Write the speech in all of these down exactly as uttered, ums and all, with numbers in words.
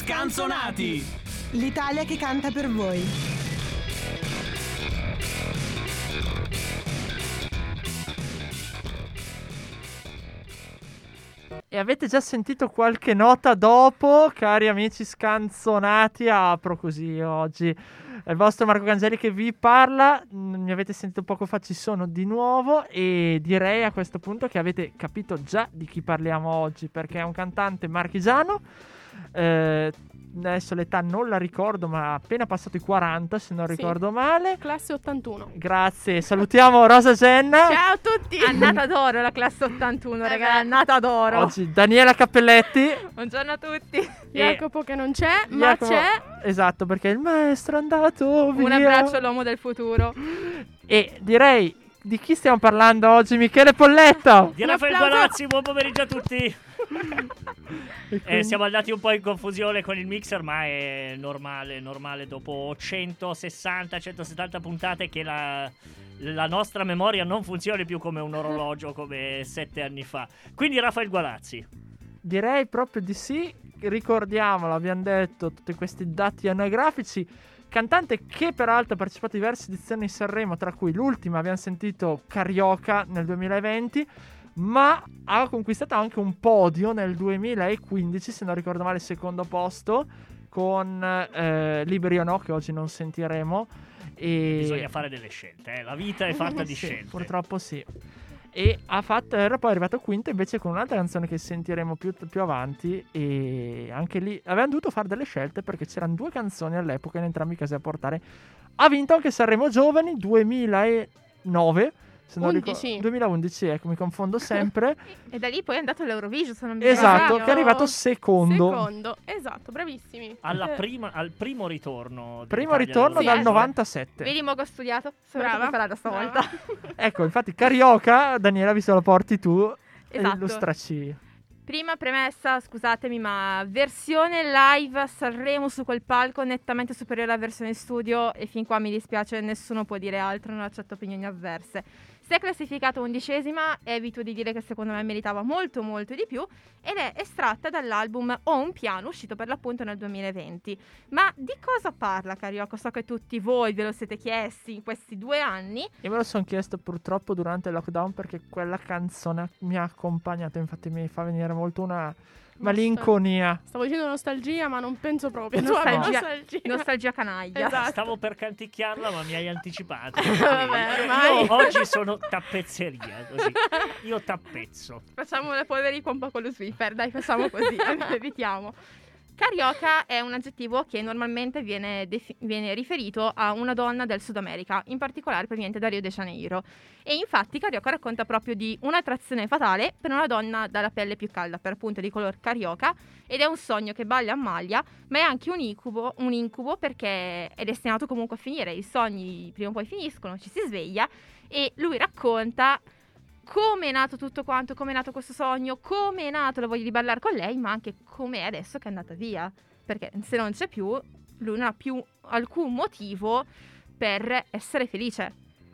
Scanzonati! L'Italia che canta per voi. E avete già sentito qualche nota dopo, cari amici scanzonati? Apro così oggi. È il vostro Marco Gangeli che vi parla. Mi avete sentito poco fa, ci sono di nuovo. E direi a questo punto che avete capito già di chi parliamo oggi, perché è un cantante marchigiano. Eh, adesso l'età non la ricordo, ma ha appena passato i quaranta, se non Sì. ricordo male. Classe ottantuno. Grazie, salutiamo Rosa Genna. Ciao a tutti. Annata d'oro la classe ottantuno, Eh raga, beh. annata d'oro. Oggi Daniela Cappelletti. Buongiorno a tutti. Jacopo che non c'è, ma Jacopo- c'è. Esatto, perché il maestro è andato via. Un abbraccio all'uomo del futuro. E direi, di chi stiamo parlando oggi? Michele Polletto. Di Un Raffaele applauso. Gualazzi, buon pomeriggio a tutti. Eh, siamo andati un po' in confusione con il mixer, ma è normale, normale dopo centosessanta centosettanta puntate che la, la nostra memoria non funzioni più come un orologio come sette anni fa. Quindi Raffaele Gualazzi. Direi proprio di sì. Ricordiamolo, abbiamo detto tutti questi dati anagrafici. Cantante che peraltro ha partecipato a diverse edizioni di Sanremo, tra cui l'ultima abbiamo sentito Carioca nel duemilaventi, ma ha conquistato anche un podio nel duemilaquindici, se non ricordo male, secondo posto, con eh, Liberi o no, che oggi non sentiremo. E... Bisogna fare delle scelte, eh. La vita è fatta di Sì, scelte. purtroppo sì. E ha fatto, era poi arrivato quinto invece con un'altra canzone che sentiremo più, più avanti. E anche lì avevano dovuto fare delle scelte perché c'erano due canzoni all'epoca in entrambi i casi a portare. Ha vinto anche Sanremo Giovani duemilanove, se non ricordo, undici. duemilaundici, ecco, mi confondo sempre. E da lì poi è andato all'Eurovision, se non mi Esatto, sbaglio. che è arrivato secondo. Secondo, esatto, bravissimi. Alla Eh, prima, al primo ritorno. Primo dell'Italia ritorno Sì, dal eh. novantasette. Vedi mo che ho studiato? Sono Brava, preparata stavolta. brava. Ecco, infatti Carioca, Daniela, visto lo porti tu, Esatto. illustraci. Prima premessa, scusatemi, ma versione live a Sanremo su quel palco nettamente superiore alla versione studio e fin qua mi dispiace, nessuno può dire altro, non accetto opinioni avverse. Si è classificata undicesima, evito di dire che secondo me meritava molto molto di più, ed è estratta dall'album Ho un piano, uscito per l'appunto nel duemilaventi. Ma di cosa parla Carioca? So che tutti voi ve lo siete chiesti in questi due anni. Io me lo sono chiesto purtroppo durante il lockdown perché quella canzone mi ha accompagnato, infatti mi fa venire molto una malinconia. Stavo dicendo nostalgia, ma non penso proprio. Tu Nostalgia, abbia nostalgia. nostalgia canaglia. Esatto. Stavo per canticchiarla, ma mi hai anticipato. Vabbè, io, vai. io oggi sono tappezzeria, così. Io tappezzo. Facciamo le polveri qua un po' con lo Swiffer, dai, facciamo così, evitiamo. Carioca è un aggettivo che normalmente viene, defi- viene riferito a una donna del Sud America, in particolare proveniente da Rio de Janeiro. E infatti Carioca racconta proprio di un'attrazione fatale per una donna dalla pelle più calda, per appunto di color carioca, ed è un sogno che balla a maglia, ma è anche un incubo, un incubo perché è destinato comunque a finire. I sogni prima o poi finiscono, ci si sveglia e lui racconta come è nato tutto quanto, come è nato questo sogno, come è nato la voglia di ballare con lei, ma anche come è adesso che è andata via. Perché se non c'è più, lui non ha più alcun motivo per essere felice.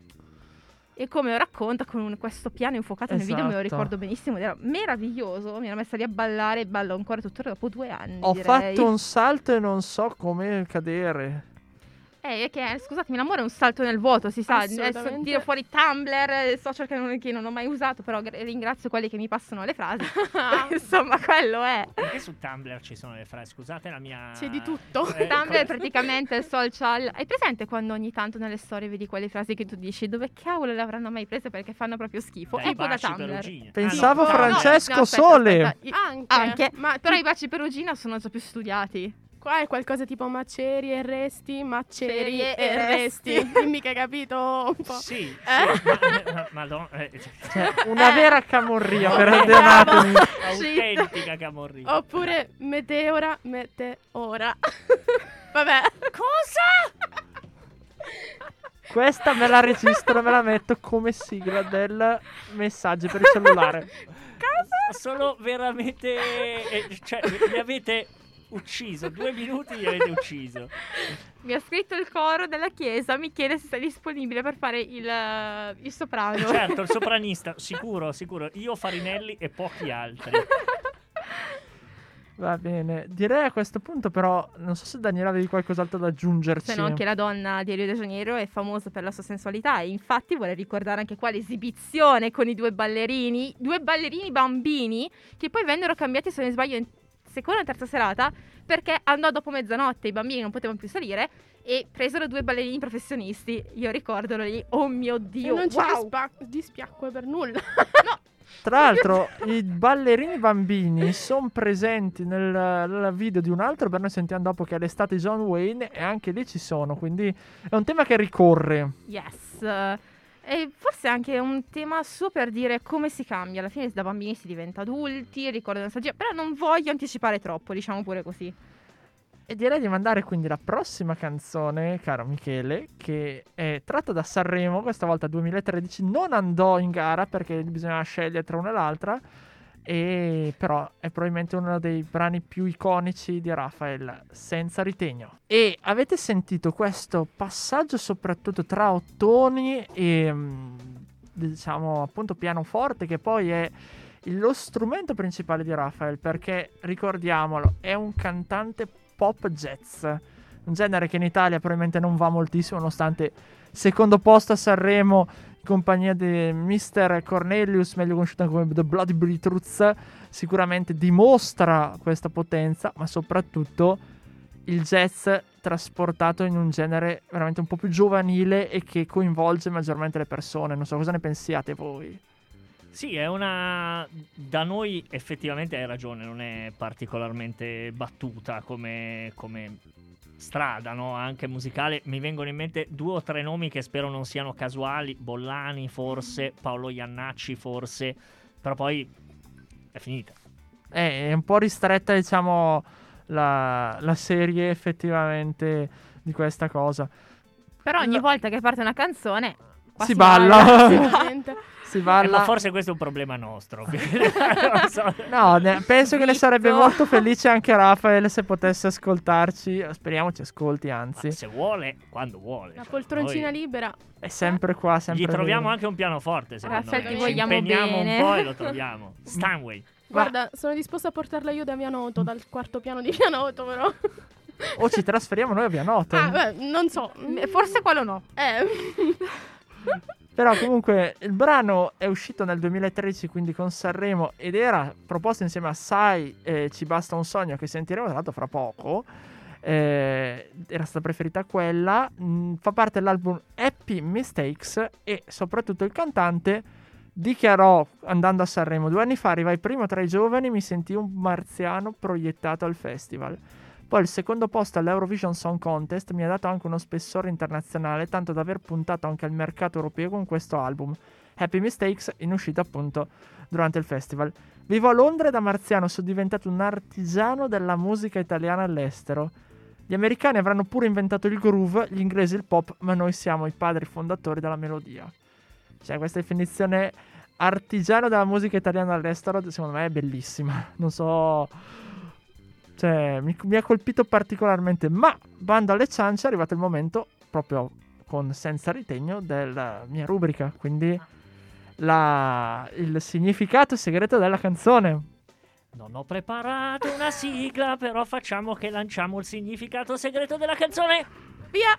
E come lo racconta con un- questo piano infuocato nel video, me lo Esatto. ricordo benissimo, ed era meraviglioso. Mi ero messa lì a ballare e ballo ancora tuttora dopo due anni. Ho direi. fatto un salto e non so come cadere. Eh, è che, scusatemi, l'amore è un salto nel vuoto, si sa. Assolutamente. Adesso tiro fuori Tumblr, eh, social che non, che non ho mai usato, però gra- ringrazio quelli che mi passano le frasi. Insomma, quello è. Perché su Tumblr ci sono le frasi? Scusate la mia... C'è di tutto. Eh, Tumblr è co- praticamente il social. Hai presente quando ogni tanto nelle storie vedi quelle frasi che tu dici dove cavolo le avranno mai prese perché fanno proprio schifo? Dai, Ecco da baci Tumblr. perugine. Pensavo Ah, no, Francesco no, aspetta, Sole. aspetta, i- Anche. Anche, Ma però ti- i baci perugina sono già più studiati. qua è qualcosa tipo maceri e resti, maceri Serie e e resti. resti. Dimmi che hai capito un po'. Sì, sì, Eh? ma, ma, madonna, eh, Cioè, una vera camorria per Bravo. Donatemi. autentica camorrina. Oppure meteora, meteora. Vabbè. Cosa? Questa me la registro e me la metto come sigla del messaggio per il cellulare. Sono veramente... eh, cioè, mi avete ucciso, due minuti mi avete ucciso. Mi ha scritto il coro della chiesa, mi chiede se sei disponibile per fare il, eh, il soprano. Certo, il sopranista, sicuro, sicuro. Io, Farinelli e pochi altri. Va bene, direi a questo punto però, non so se Daniela avevi qualcos'altro da aggiungerci. Se no, anche la donna di Rio de Janeiro è famosa per la sua sensualità e infatti vorrei ricordare anche qua l'esibizione con i due ballerini, due ballerini bambini che poi vennero cambiati, se non sbaglio, in seconda e terza serata perché andò dopo mezzanotte, i bambini non potevano più salire e presero due ballerini professionisti. Io ricordo lì, oh mio Dio, E non ci wow! dispa- dispiacque per nulla. Tra l'altro, i ballerini bambini sono presenti nel, nel video di un altro brano che sentiamo dopo, che è l'estate di John Wayne, e anche lì ci sono, quindi è un tema che ricorre. Yes. E forse anche un tema suo per dire come si cambia. Alla fine da bambini si diventa adulti, ricordo la nostalgia, però non voglio anticipare troppo, diciamo pure così. E direi di mandare quindi la prossima canzone, caro Michele, che è tratta da Sanremo, questa volta duemilatredici, non andò in gara perché bisognava scegliere tra una e l'altra, e però è probabilmente uno dei brani più iconici di Raphael, Senza ritegno. E avete sentito questo passaggio soprattutto tra ottoni e mm, diciamo appunto pianoforte, che poi è lo strumento principale di Raphael, perché ricordiamolo, è un cantante pop jazz, un genere che in Italia probabilmente non va moltissimo, nonostante secondo posto a Sanremo in compagnia di mister Cornelius, meglio conosciuto come The Bloody Beetroots, sicuramente dimostra questa potenza, ma soprattutto il jazz trasportato in un genere veramente un po' più giovanile e che coinvolge maggiormente le persone. Non so cosa ne pensiate voi. Sì, è una... Da noi effettivamente hai ragione, non è particolarmente battuta come, come strada, no? Anche musicale. Mi vengono in mente due o tre nomi che spero non siano casuali. Bollani forse, Paolo Iannacci forse, però poi è finita. È un po' ristretta, diciamo, la, la serie effettivamente di questa cosa. Però ogni No. volta che parte una canzone qua Si balla. Sicuramente. Si Eh, balla. ma forse questo è un problema nostro. Non so. No, ne- penso che ne sarebbe Zitto. molto felice anche Raphael se potesse ascoltarci. Speriamo ci ascolti, Ma anzi. se vuole, quando vuole. La cioè, poltroncina noi libera. È sempre qua, sempre Gli troviamo lì. anche un pianoforte, secondo Raffaele, me. ti Ci vogliamo impegniamo bene. un po' e lo troviamo. Stanway. Guarda, sono disposta a portarla io da Vianoto, dal quarto piano di Vianoto, però. O ci trasferiamo noi a Pianoto. Ah, beh, non so. Eh, forse quello no. Eh. Però comunque il brano è uscito nel duemilatredici, quindi con Sanremo, ed era proposto insieme a Sai e Ci basta un sogno, che sentiremo tra l'altro fra poco. Eh, era stata preferita quella. Mh, fa parte dell'album Happy Mistakes e soprattutto il cantante dichiarò, andando a Sanremo due anni fa, arrivai primo tra i giovani, mi sentii un marziano proiettato al festival. Poi il secondo posto all'Eurovision Song Contest mi ha dato anche uno spessore internazionale, tanto da aver puntato anche al mercato europeo con questo album, Happy Mistakes, in uscita appunto durante il festival. Vivo a Londra e da marziano sono diventato un artigiano della musica italiana all'estero. Gli americani avranno pure inventato il groove, gli inglesi il pop, ma noi siamo i padri fondatori della melodia. Cioè, questa definizione artigiano della musica italiana all'estero secondo me è bellissima. Non so... Cioè, mi, mi ha colpito particolarmente. Ma, bando alle ciance, è arrivato il momento, proprio con Senza ritegno, della mia rubrica. Quindi, la, il significato segreto della canzone. Non ho preparato una sigla, però facciamo che lanciamo il significato segreto della canzone. Via!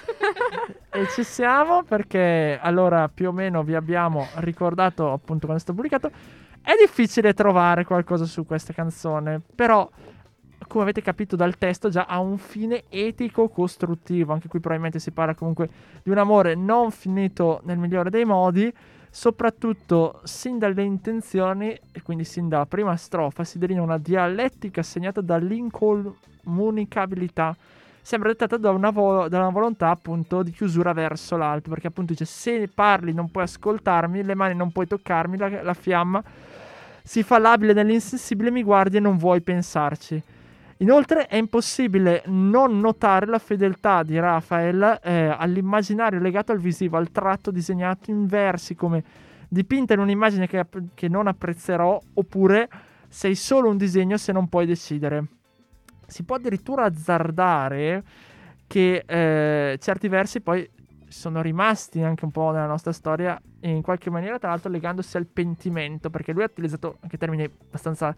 E ci siamo, perché allora più o meno vi abbiamo ricordato appunto quando è stato pubblicato. È difficile trovare qualcosa su questa canzone, però come avete capito dal testo già ha un fine etico costruttivo. Anche qui probabilmente si parla comunque di un amore non finito nel migliore dei modi, soprattutto sin dalle intenzioni, e quindi sin dalla prima strofa si delinea una dialettica segnata dall'incomunicabilità. Sembra dettata da una, vo- da una volontà appunto di chiusura verso l'alto, perché appunto dice: se parli non puoi ascoltarmi, le mani non puoi toccarmi, la, la fiamma si fa labile nell'insensibile, mi guardi e non vuoi pensarci. Inoltre è impossibile non notare la fedeltà di Raphael eh, all'immaginario legato al visivo, al tratto disegnato in versi come dipinta in un'immagine che, che non apprezzerò, oppure sei solo un disegno se non puoi decidere. Si può addirittura azzardare che eh, certi versi poi sono rimasti anche un po' nella nostra storia, in qualche maniera tra l'altro legandosi al pentimento, perché lui ha utilizzato anche termini abbastanza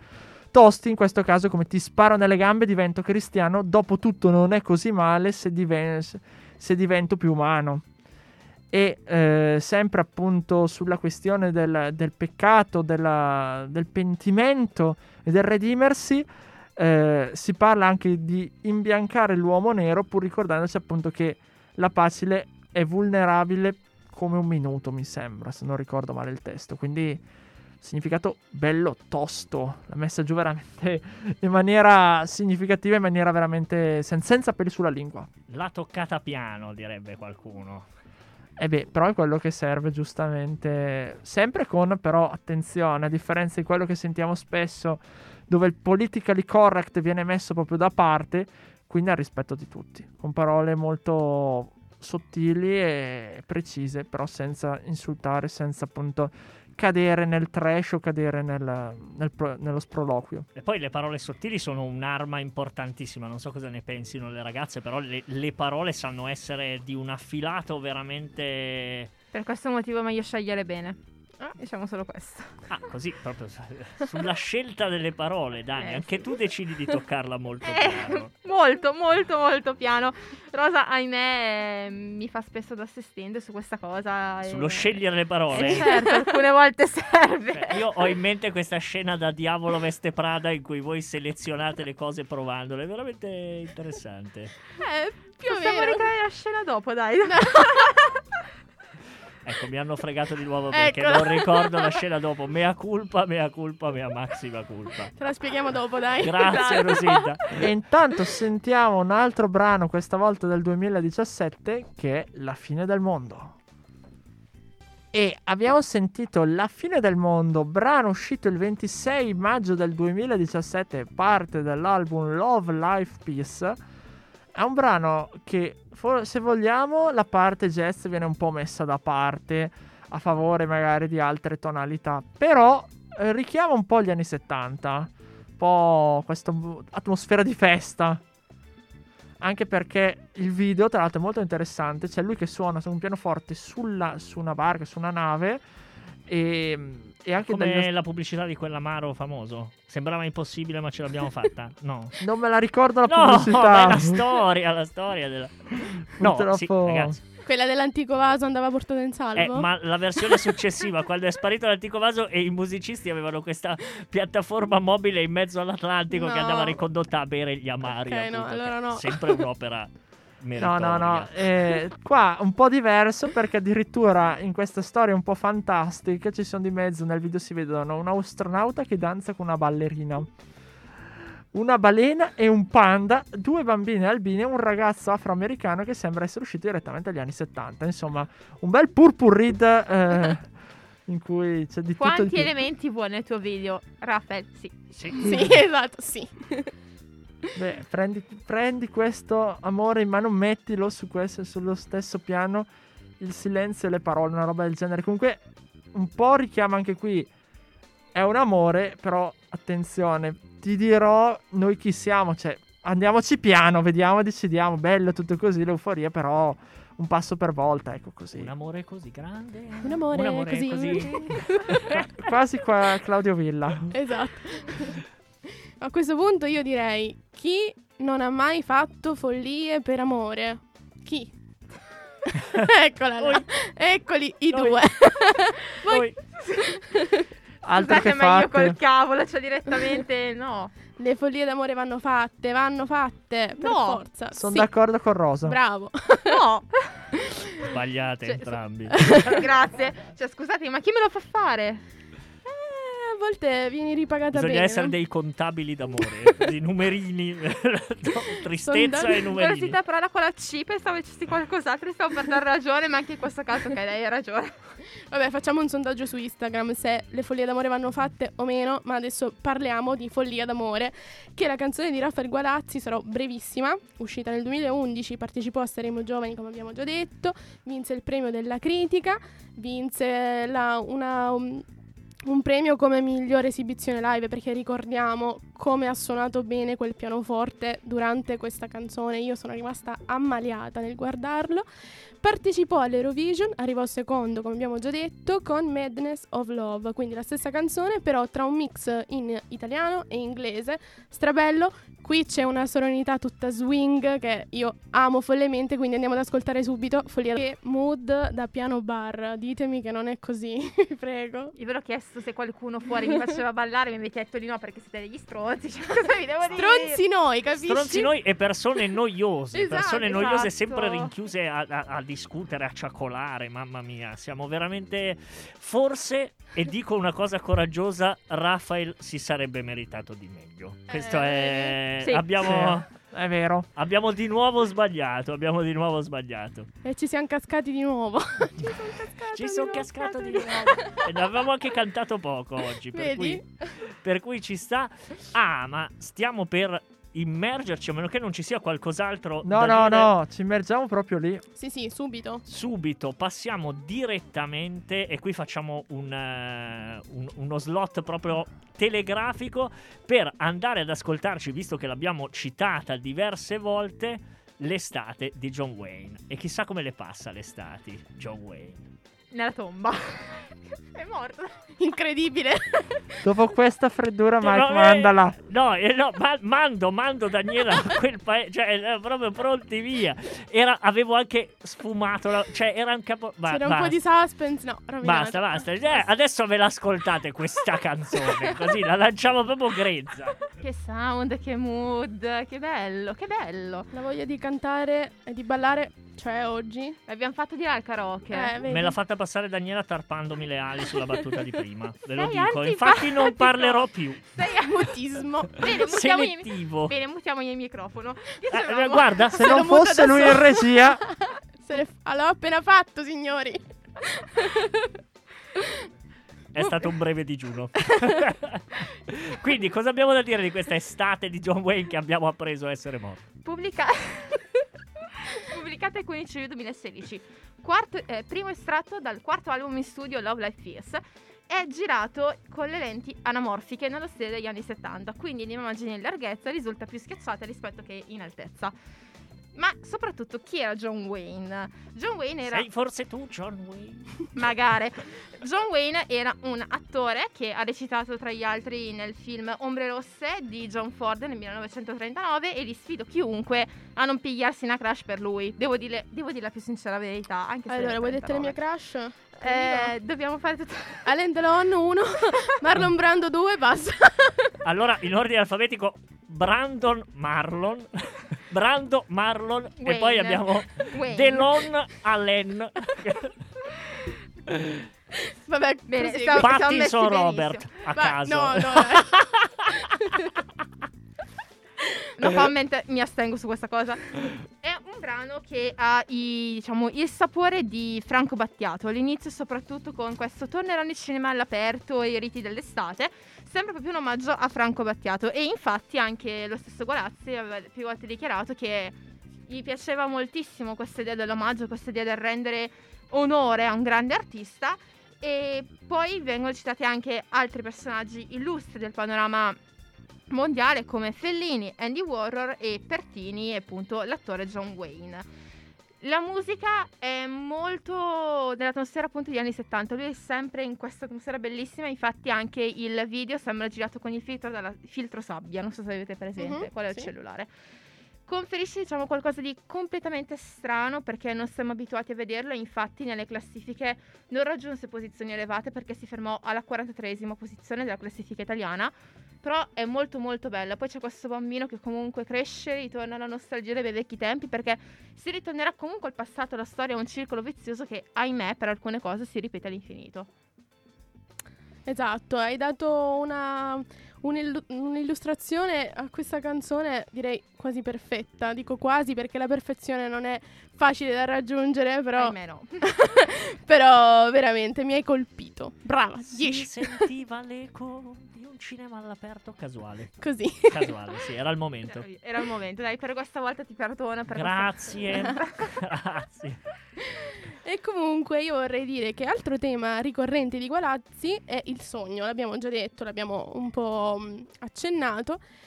Tosti in questo caso, come ti sparo nelle gambe, divento cristiano, dopo tutto non è così male se, diven- se divento più umano. E eh, sempre appunto sulla questione del, del peccato, della, del pentimento e del redimersi, eh, si parla anche di imbiancare l'uomo nero, pur ricordandoci appunto che la Pacile è vulnerabile come un minuto, mi sembra, se non ricordo male il testo. Quindi significato bello tosto, l'ha messa giù veramente in maniera significativa, in maniera veramente sen- senza peli sulla lingua. L'ha toccata piano, direbbe qualcuno. E beh, però è quello che serve, giustamente, sempre con però attenzione, a differenza di quello che sentiamo spesso, dove il politically correct viene messo proprio da parte, quindi al rispetto di tutti, con parole molto sottili e precise, però senza insultare, senza appunto cadere nel trash o cadere nel, nel pro, nello sproloquio. E poi le parole sottili sono un'arma importantissima, non so cosa ne pensino le ragazze, però le, le parole sanno essere di un affilato veramente... Per questo motivo è meglio scegliere bene. Ah, diciamo solo questo. Ah, così, proprio sulla scelta delle parole, Dani, Eh, anche sì. tu decidi di toccarla molto Eh, piano. molto, molto, molto piano. Rosa, ahimè, eh, mi fa spesso da assistente su questa cosa. Sullo e... scegliere le parole. Eh, certo, alcune volte serve. Cioè, io ho in mente questa scena da Diavolo Veste Prada in cui voi selezionate le cose provandole, è veramente interessante. Eh, più Possiamo o meno. Ricordare la scena dopo, dai. Ecco, mi hanno fregato di nuovo perché Eccola. non ricordo la scena dopo. Mea culpa, mea culpa, mea maxima culpa. Te la spieghiamo dopo, dai. Grazie Rosita. E intanto sentiamo un altro brano, questa volta del duemiladiciassette, che è La fine del mondo. E abbiamo sentito La fine del mondo, brano uscito il ventisei maggio del duemiladiciassette, parte dell'album Love, Life, Peace. È un brano che, for- se vogliamo, la parte jazz viene un po' messa da parte a favore magari di altre tonalità, però eh, richiama un po' gli anni settanta, un po' questa m- atmosfera di festa. Anche perché il video, tra l'altro, è molto interessante. C'è lui che suona su un pianoforte sulla, su una barca, su una nave. E, e anche Come degli- la pubblicità di quell'amaro famoso. Sembrava impossibile, ma ce l'abbiamo fatta. No. non me la ricordo la No, pubblicità. ma è la storia, la storia della... No, sì, Purtroppo- ragazzi. Quella dell'antico vaso andava portata in salvo? Eh, ma la versione successiva, quando è sparito l'antico vaso e i musicisti avevano questa piattaforma mobile in mezzo all'Atlantico No. che andava ricondotta a bere gli amari. Ok, appunto, no, allora che è no. sempre un'opera No, meritoria. no, no. Eh, qua un po' diverso, perché addirittura in questa storia un po' fantastica ci sono di mezzo, nel video si vedono un astronauta che danza con una ballerina, una balena e un panda, due bambine albine e un ragazzo afroamericano che sembra essere uscito direttamente agli anni settanta. Insomma, un bel purpurri eh, in cui c'è di tutto e di Quanti più. elementi vuoi nel tuo video? Rafael, sì. Sì. Sì, esatto, sì. Beh, prendi, prendi questo amore in mano, mettilo su questo, sullo stesso piano, il silenzio e le parole, una roba del genere. Comunque un po' richiama anche qui, è un amore, però attenzione, ti dirò noi chi siamo, cioè andiamoci piano, vediamo, decidiamo, bello tutto così, l'euforia, però un passo per volta, ecco così. Un amore così grande. Un amore così. Qua- quasi qua Claudio Villa. Esatto. A questo punto io direi: chi non ha mai fatto follie per amore? Chi? Eccola là. Eccoli i Noi. due. Poi, Altre Scusate, che ma io fatte. col cavolo, cioè direttamente no. Le follie d'amore vanno fatte, vanno fatte. Per No. forza. Sono Sì. d'accordo con Rosa. Bravo. No. sbagliate Cioè, entrambi. Grazie. Cioè, scusate, ma chi me lo fa fare? Eh, a volte vieni ripagata Bisogna bene. essere no? dei contabili d'amore, di numerini, tristezza Sondaggi- e numerini. Velocità parola con la C, pensavo dicessi qualcos'altro, stavo per dar ragione, ma anche in questo caso, ok, lei ha ragione. Vabbè, facciamo un sondaggio su Instagram se le follie d'amore vanno fatte o meno. Ma adesso parliamo di Follia d'amore, che è la canzone di Raffaele Gualazzi. Sarò brevissima. Uscita nel duemilaundici, partecipò a Saremo Giovani, come abbiamo già detto. Vinse il premio della critica. Vinse la, una, un, un premio come migliore esibizione live, perché ricordiamo come ha suonato bene quel pianoforte durante questa canzone. Io sono rimasta ammaliata nel guardarlo. Partecipò all'Eurovision, arrivò secondo, come abbiamo già detto, con Madness of Love, quindi la stessa canzone, però tra un mix in italiano e inglese. Strabello. Qui c'è una sonorità tutta swing che io amo follemente, quindi andiamo ad ascoltare subito Follia e Mood da piano bar. Ditemi che non è così, vi prego. Io ve l'ho chiesto se qualcuno fuori mi faceva ballare, mi avete detto di no perché siete degli stronzi. Cioè, cosa vi devo dire? Stronzi noi, capisci? Stronzi noi e persone noiose, Esatto, persone noiose esatto. sempre rinchiuse a, a, a discutere, a ciacolare, mamma mia, siamo veramente, forse, e dico una cosa coraggiosa, Rafael si sarebbe meritato di meglio. Questo è... Sì. abbiamo... Sì, è vero. Abbiamo di nuovo sbagliato, abbiamo di nuovo sbagliato. E ci siamo cascati di nuovo. Ci sono cascato di nuovo. E ne avevamo anche cantato poco oggi, per Vedi? cui, per cui ci sta. Ah, ma stiamo per immergerci, a meno che non ci sia qualcos'altro No, da no, dire. no, ci immergiamo proprio lì. Sì, sì, subito. Subito passiamo direttamente, e qui facciamo un, eh, un- uno slot proprio telegrafico per andare ad ascoltarci, visto che l'abbiamo citata diverse volte, l'estate di John Wayne. E chissà come le passa l'estate John Wayne. Nella tomba. È morto. Incredibile. Dopo questa freddura, Mike, No, eh, mandala. No, eh, no, ma- mando, mando Daniela a quel paese, cioè erano proprio pronti via. Era, avevo anche sfumato, la- cioè era un capo... va- C'era un basta. po' di suspense. No, rovinato. Basta, basta. Eh, adesso ve l'ascoltate questa canzone, così la lanciamo proprio grezza. Che sound, che mood, che bello, che bello. La voglia di cantare e di ballare, cioè oggi. L'abbiamo fatto di là al karaoke. Eh, vedi? Me l'ha fatta passare Daniela tarpandomi le ali sulla battuta di prima. Ve lo Sei dico. antipatico. Infatti non parlerò più. Sei a Mutismo. Bene, mutiamogli, Selettivo. bene, mutiamogli il microfono. Eh, Dicevamo- eh, guarda, Se Se non lo muta fosse da lui solo. in regia, Se ne f- allora, ho appena fatto, signori. è stato un breve digiuno. Quindi, cosa abbiamo da dire di questa estate di John Wayne che abbiamo appreso essere morto? Pubblica- Pubblicata il quindici luglio duemilasedici. Quarto, eh, primo estratto dal quarto album in studio Love Life Fierce. È girato con le lenti anamorfiche nello stile degli anni settanta, quindi l'immagine in larghezza risulta più schiacciata rispetto che in altezza. Ma soprattutto chi era John Wayne? John Wayne era... Sei forse tu, John Wayne? Magari. John Wayne era un attore che ha recitato tra gli altri nel film Ombre Rosse di John Ford nel millenovecentotrentanove, e li sfido chiunque a non pigliarsi una crush per lui. Devo dire, devo dire la più sincera verità. Anche se Allora, vuoi dettere le mie trentanove. crush? Eh, dobbiamo fare tutto. Alain Delon uno, Marlon Brando due, basta. Allora, in ordine alfabetico, Brandon Marlon, Brando Marlon, e Wayne. poi abbiamo Wayne. Delon Allen, Vabbè, Bene, prosegui. stavo- siamo Pattinson messi Robert, a Va- caso. No, no, No, fa mente- mi astengo su questa cosa. È un brano che ha i- diciamo, il sapore di Franco Battiato. All'inizio, soprattutto con questo torneranno i cinema all'aperto e i riti dell'estate, sembra proprio un omaggio a Franco Battiato. E infatti anche lo stesso Gualazzi aveva più volte dichiarato che gli piaceva moltissimo questa idea dell'omaggio, questa idea del rendere onore a un grande artista. E poi vengono citati anche altri personaggi illustri del panorama mondiale come Fellini, Andy Warhol e Pertini, e appunto l'attore John Wayne. La musica è molto dell'atmosfera appunto degli anni settanta, lui è sempre in questa atmosfera bellissima, infatti anche il video sembra girato con il filtro, dalla, filtro sabbia, non so se avete presente, Mhm, qual è il sì. cellulare. Conferisce diciamo qualcosa di completamente strano perché non siamo abituati a vederlo, e infatti nelle classifiche non raggiunse posizioni elevate perché si fermò alla quarantatreesima posizione della classifica italiana. Però è molto molto bella. Poi c'è questo bambino che comunque cresce, ritorna alla nostalgia dei bei vecchi tempi, perché si ritornerà comunque al passato, la storia è un circolo vizioso che ahimè per alcune cose si ripete all'infinito. Esatto, hai dato una un'illu- un'illustrazione a questa canzone, direi quasi perfetta. Dico quasi perché la perfezione non è facile da raggiungere, però Ahimè no. però veramente mi hai colpito. Brava, Si dieci. sentiva l'eco di un cinema all'aperto casuale. Così. Casuale, sì, era il momento. Era il momento, dai, per questa volta ti perdono. Per Grazie, grazie. E comunque io vorrei dire che altro tema ricorrente di Gualazzi è il sogno. L'abbiamo già detto, l'abbiamo un po' mh, accennato.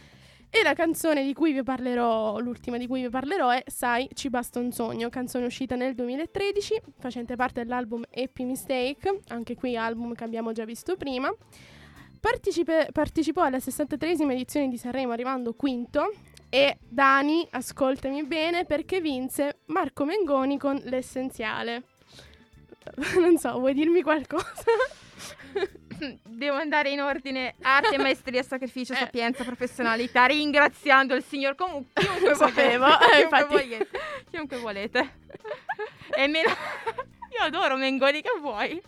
E la canzone di cui vi parlerò, l'ultima di cui vi parlerò è Sai, ci basta un sogno, canzone uscita nel duemilatredici, facente parte dell'album Happy Mistake, anche qui album che abbiamo già visto prima. Partecipe, partecipò alla sessantatreesima edizione di Sanremo arrivando quinto e Dani, ascoltami bene perché vinse Marco Mengoni con L'essenziale. Non so, vuoi dirmi qualcosa? Devo andare in ordine arte, maestria, sacrificio, Eh. sapienza, professionalità, ringraziando il signor comu- chiunque, Sapevo, volete, eh, chiunque, infatti. volete, chiunque volete. E meno... Io adoro Mengoni, che vuoi?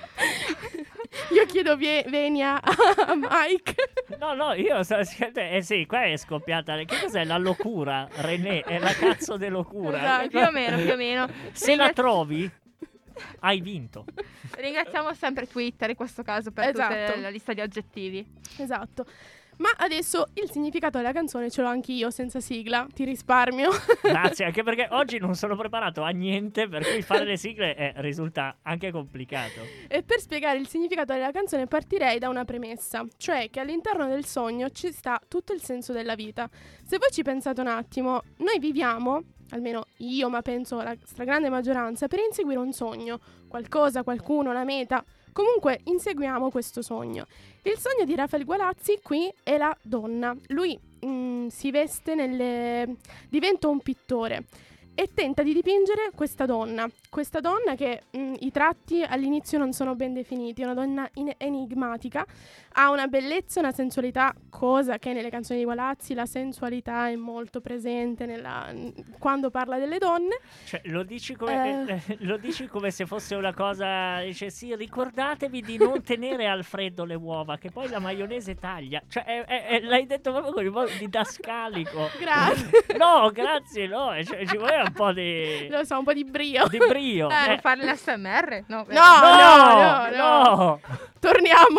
Io chiedo vie- venia a Mike. No, no, io so, eh sì, qua è scoppiata. Che cos'è la locura, René? È la cazzo di locura. Esatto. Più o meno, più o meno. Se la trovi, hai vinto. Ringraziamo sempre Twitter in questo caso per Esatto. tutta la lista di aggettivi. Esatto. Ma adesso il significato della canzone ce l'ho anch'io senza sigla, ti risparmio. Grazie, anche perché oggi non sono preparato a niente, per cui fare le sigle eh, risulta anche complicato. E per spiegare il significato della canzone partirei da una premessa, cioè che all'interno del sogno ci sta tutto il senso della vita. Se voi ci pensate un attimo, noi viviamo, almeno io, ma penso la stragrande maggioranza, per inseguire un sogno, qualcosa, qualcuno, una meta. Comunque inseguiamo questo sogno. Il sogno di Raffaele Gualazzi qui è la donna. Lui mm, si veste nelle... diventa un pittore e tenta di dipingere questa donna. Questa donna che mm, i tratti all'inizio non sono ben definiti, è una donna in- enigmatica, ha una bellezza e una sensualità, cosa che nelle canzoni di Gualazzi la sensualità è molto presente nella... quando parla delle donne. Cioè, lo dici come, Eh. eh, lo dici come se fosse una cosa. Dice sì, ricordatevi di non tenere al freddo le uova, che poi la maionese taglia. Cioè, è- è- è- l'hai detto proprio con il modo didascalico. Grazie. No, grazie, no. Cioè, ci voleva un po' di, Lo so, un po' di brio. di brio. Devo Eh, fare l'S M R? No, vero. No, no, no, no, no. Torniamo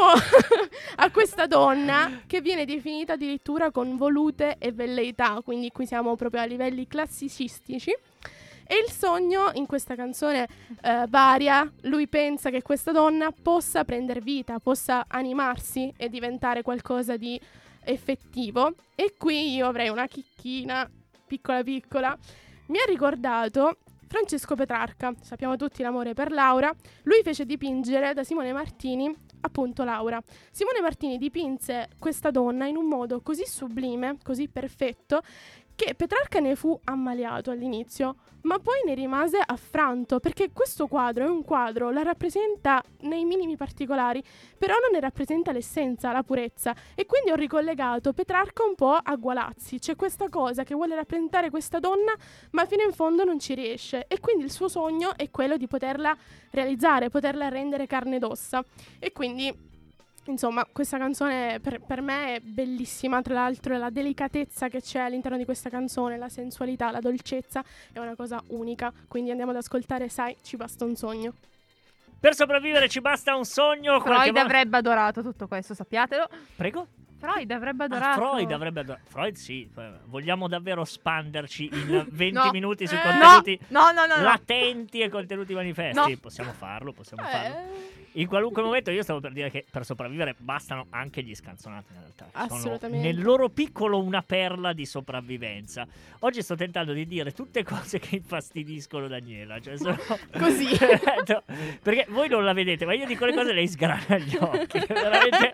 a questa donna che viene definita addirittura con volute e velleità, quindi qui siamo proprio a livelli classicistici. E il sogno in questa canzone eh, varia, lui pensa che questa donna possa prendere vita, possa animarsi e diventare qualcosa di effettivo. E qui io avrei una chicchina piccola piccola. Mi ha ricordato Francesco Petrarca, sappiamo tutti l'amore per Laura. Lui fece dipingere da Simone Martini appunto Laura. Simone Martini dipinse questa donna in un modo così sublime, così perfetto, che Petrarca ne fu ammaliato all'inizio, ma poi ne rimase affranto, perché questo quadro è un quadro, la rappresenta nei minimi particolari, però non ne rappresenta l'essenza, la purezza, e quindi ho ricollegato Petrarca un po' a Gualazzi. C'è questa cosa che vuole rappresentare questa donna, ma fino in fondo non ci riesce, e quindi il suo sogno è quello di poterla realizzare, poterla rendere carne ed ossa, e quindi insomma, questa canzone per, per me è bellissima. Tra l'altro la delicatezza che c'è all'interno di questa canzone, la sensualità, la dolcezza è una cosa unica. Quindi andiamo ad ascoltare Sai, ci basta un sogno. Per sopravvivere ci basta un sogno. qualche Freud vo- avrebbe adorato tutto questo, sappiatelo. Prego? Freud avrebbe Ah, adorato. Freud avrebbe adorato. Freud sì. eh, Vogliamo davvero spanderci in venti No. minuti su Eh, contenuti No, no, no, no. latenti e contenuti manifesti? No. Possiamo farlo, possiamo farlo. Eh, In qualunque momento io stavo per dire che per sopravvivere bastano anche gli scanzonati in realtà. Sono Assolutamente. nel loro piccolo una perla di sopravvivenza. Oggi sto tentando di dire tutte cose che infastidiscono Daniela. Cioè sono... Così. No, perché voi non la vedete, ma io dico le cose e lei sgrana gli occhi. È veramente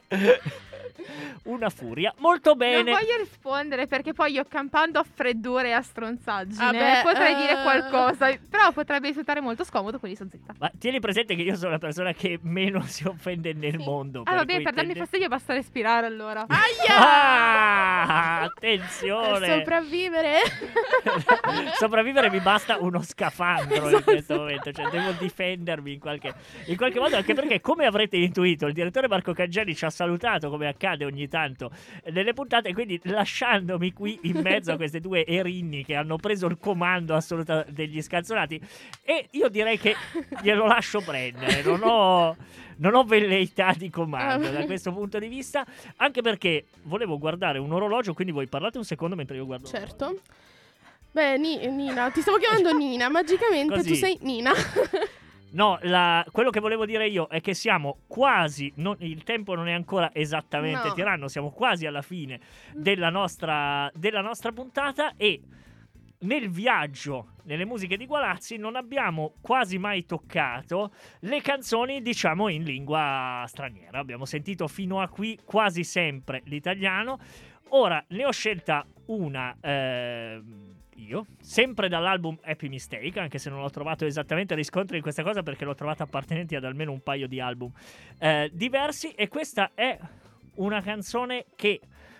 una furia. Molto bene. Non voglio rispondere perché poi io campando a freddure e a stronzaggine Vabbè, potrei eh. dire qualcosa, però potrebbe risultare molto scomodo, quindi sono zitta. Ma tieni presente che io sono la persona che meno si offende nel mondo. Ah, vabbè, cui per darmi tende- fastidio basta respirare allora. Ah, per attenzione. sopravvivere. Sopravvivere mi basta uno scafandro in questo momento, cioè devo difendermi in qualche, in qualche modo, anche perché come avrete intuito il direttore Marco Caggiani ci ha salutato come accade ogni tanto nelle puntate, quindi lasciandomi qui in mezzo a queste due erinni che hanno preso il comando assoluto degli scanzonati, e io direi che glielo lascio prendere, non ho... Non ho velleità di comando da questo punto di vista, anche perché volevo guardare un orologio, quindi voi parlate un secondo mentre io guardo. Certo. Beh, Ni- Nina, ti stavo chiamando Nina, magicamente Così. tu sei Nina. No, la, quello che volevo dire io è che siamo quasi, non, il tempo non è ancora esattamente No. tiranno, siamo quasi alla fine della nostra, della nostra puntata e nel viaggio nelle musiche di Gualazzi non abbiamo quasi mai toccato le canzoni, diciamo, in lingua straniera. Abbiamo sentito fino a qui quasi sempre l'italiano. Ora ne ho scelta una eh, io, sempre dall'album Happy Mistake, anche se non ho trovato esattamente riscontri in questa cosa perché l'ho trovata appartenente ad almeno un paio di album eh, diversi, e questa è una canzone che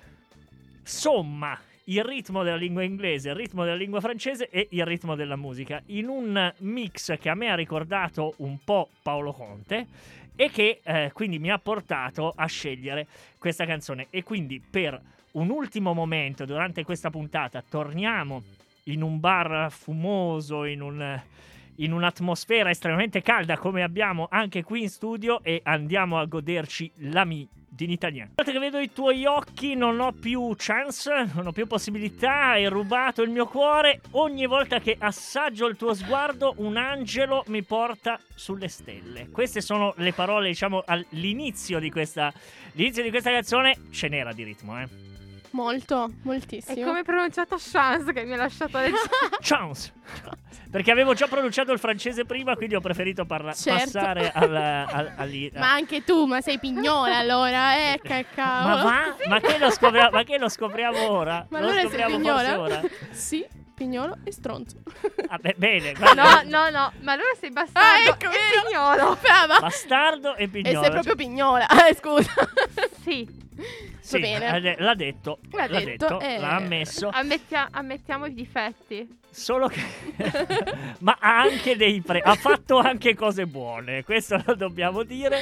somma il ritmo della lingua inglese, il ritmo della lingua francese e il ritmo della musica in un mix che a me ha ricordato un po' Paolo Conte e che eh, quindi mi ha portato a scegliere questa canzone. E quindi per un ultimo momento durante questa puntata torniamo in un bar fumoso, in un... in un'atmosfera estremamente calda come abbiamo anche qui in studio, e andiamo a goderci la Mi in italiano. Guarda che vedo i tuoi occhi, non ho più chance, non ho più possibilità, hai rubato il mio cuore. Ogni volta che assaggio il tuo sguardo un angelo mi porta sulle stelle. Queste sono le parole, diciamo, all'inizio di questa, l'inizio di questa canzone. Ce n'era di ritmo, eh. Molto, È moltissimo. come pronunciato chance che mi ha lasciato leggere. Chance. Perché avevo già pronunciato il francese prima, quindi ho preferito parla- Certo. passare al, al, al, Ma anche tu, ma sei pignola allora, eh, che cavolo. Ma va? Ma che lo scopriamo, ma che lo scopriamo ora? Ma lo allora sei scopriamo forse pignola? ora? Sì, pignolo e stronzo. Ah, beh, bene, guarda. No, no, no, ma allora sei Ah, bastardo ecco, e vero. pignolo. Brava. Bastardo e E pignolo. sei proprio pignola. Eh, scusa. Sì, Sì, bene. ha de- l'ha detto, L'ha l'ha detto, detto, eh. l'ha ammesso. ammettia- ammettiamo i difetti. Solo che ma ha anche dei pre ha fatto anche cose buone, questo lo dobbiamo dire.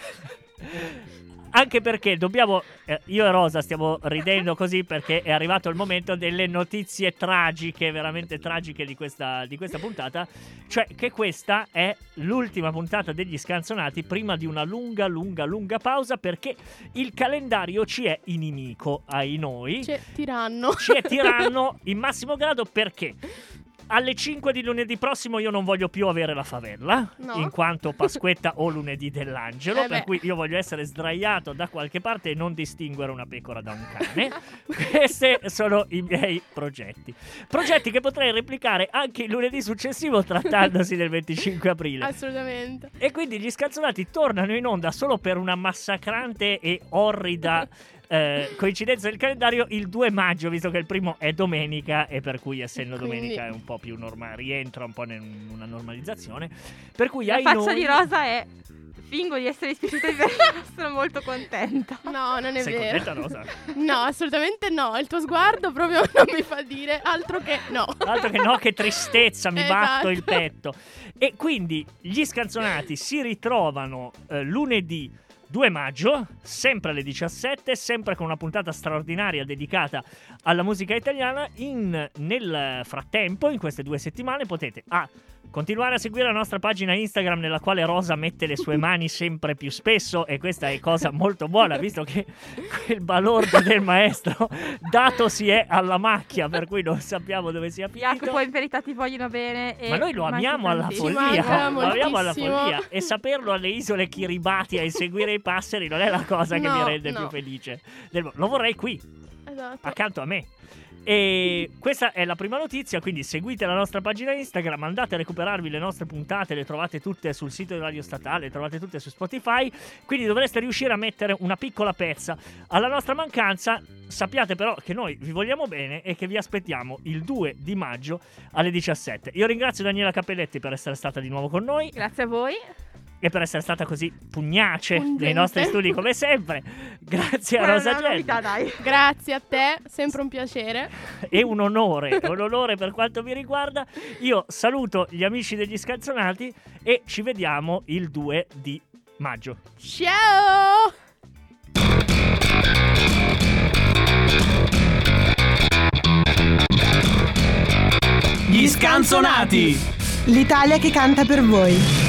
Anche perché dobbiamo eh, io e Rosa stiamo ridendo così perché è arrivato il momento delle notizie tragiche, veramente tragiche di questa, di questa puntata. Cioè che questa è l'ultima puntata degli Scanzonati prima di una lunga lunga lunga pausa, perché il calendario ci è inimico ai noi. C'è tiranno. Ci è tiranno in massimo grado, perché alle cinque di lunedì prossimo io non voglio più avere la favella, No. in quanto Pasquetta o lunedì dell'angelo, Eh per beh. cui io voglio essere sdraiato da qualche parte e non distinguere una pecora da un cane. Questi sono i miei progetti. Progetti che potrei replicare anche il lunedì successivo, trattandosi del venticinque aprile. Assolutamente. E quindi gli Scanzonati tornano in onda solo per una massacrante e orrida eh, coincidenza del calendario il due maggio, visto che il primo è domenica e per cui essendo Quindi- domenica è un po' più normale, rientra un po' in una normalizzazione. Per cui La ai faccia noi... di Rosa è: fingo di essere dispiaciuta di verità, sono molto contenta. No, non è Sei vero. contenta, Rosa? No, assolutamente no. Il tuo sguardo proprio non mi fa dire altro che no. Altro che no, che tristezza, mi Esatto. batto il petto. E quindi gli Scanzonati si ritrovano eh, lunedì due maggio, sempre alle diciassette, sempre con una puntata straordinaria dedicata alla musica italiana. In, nel frattempo, in queste due settimane, potete A. continuare a seguire la nostra pagina Instagram, nella quale Rosa mette le sue mani sempre più spesso, e questa è cosa molto buona, visto che quel balordo del maestro dato si è alla macchia, per cui non sappiamo dove sia finito. Jacopo, in verità ti vogliono bene. E Ma noi lo manchi amiamo alla tantissimo. Ci follia, manca lo amiamo alla moltissimo. follia, e saperlo alle isole Kiribati a inseguire i passeri non è la cosa che No, mi rende no. più felice del- lo vorrei qui, Esatto. accanto a me. E questa è la prima notizia, quindi seguite la nostra pagina Instagram, andate a recuperarvi le nostre puntate, le trovate tutte sul sito di Radio Statale, le trovate tutte su Spotify, quindi dovreste riuscire a mettere una piccola pezza alla nostra mancanza. Sappiate però che noi vi vogliamo bene e che vi aspettiamo il due di maggio alle diciassette. Io ringrazio Daniela Cappelletti per essere stata di nuovo con noi Grazie a voi. e per essere stata così pugnace Pungente. nei nostri studi come sempre. Grazie a Guarda, Rosa una Gelli. novità, dai. Grazie a te, sempre un piacere. È un onore, è un onore per quanto mi riguarda. Io saluto gli amici degli Scanzonati e ci vediamo il due di maggio. Ciao! Gli Scanzonati! L'Italia che canta per voi.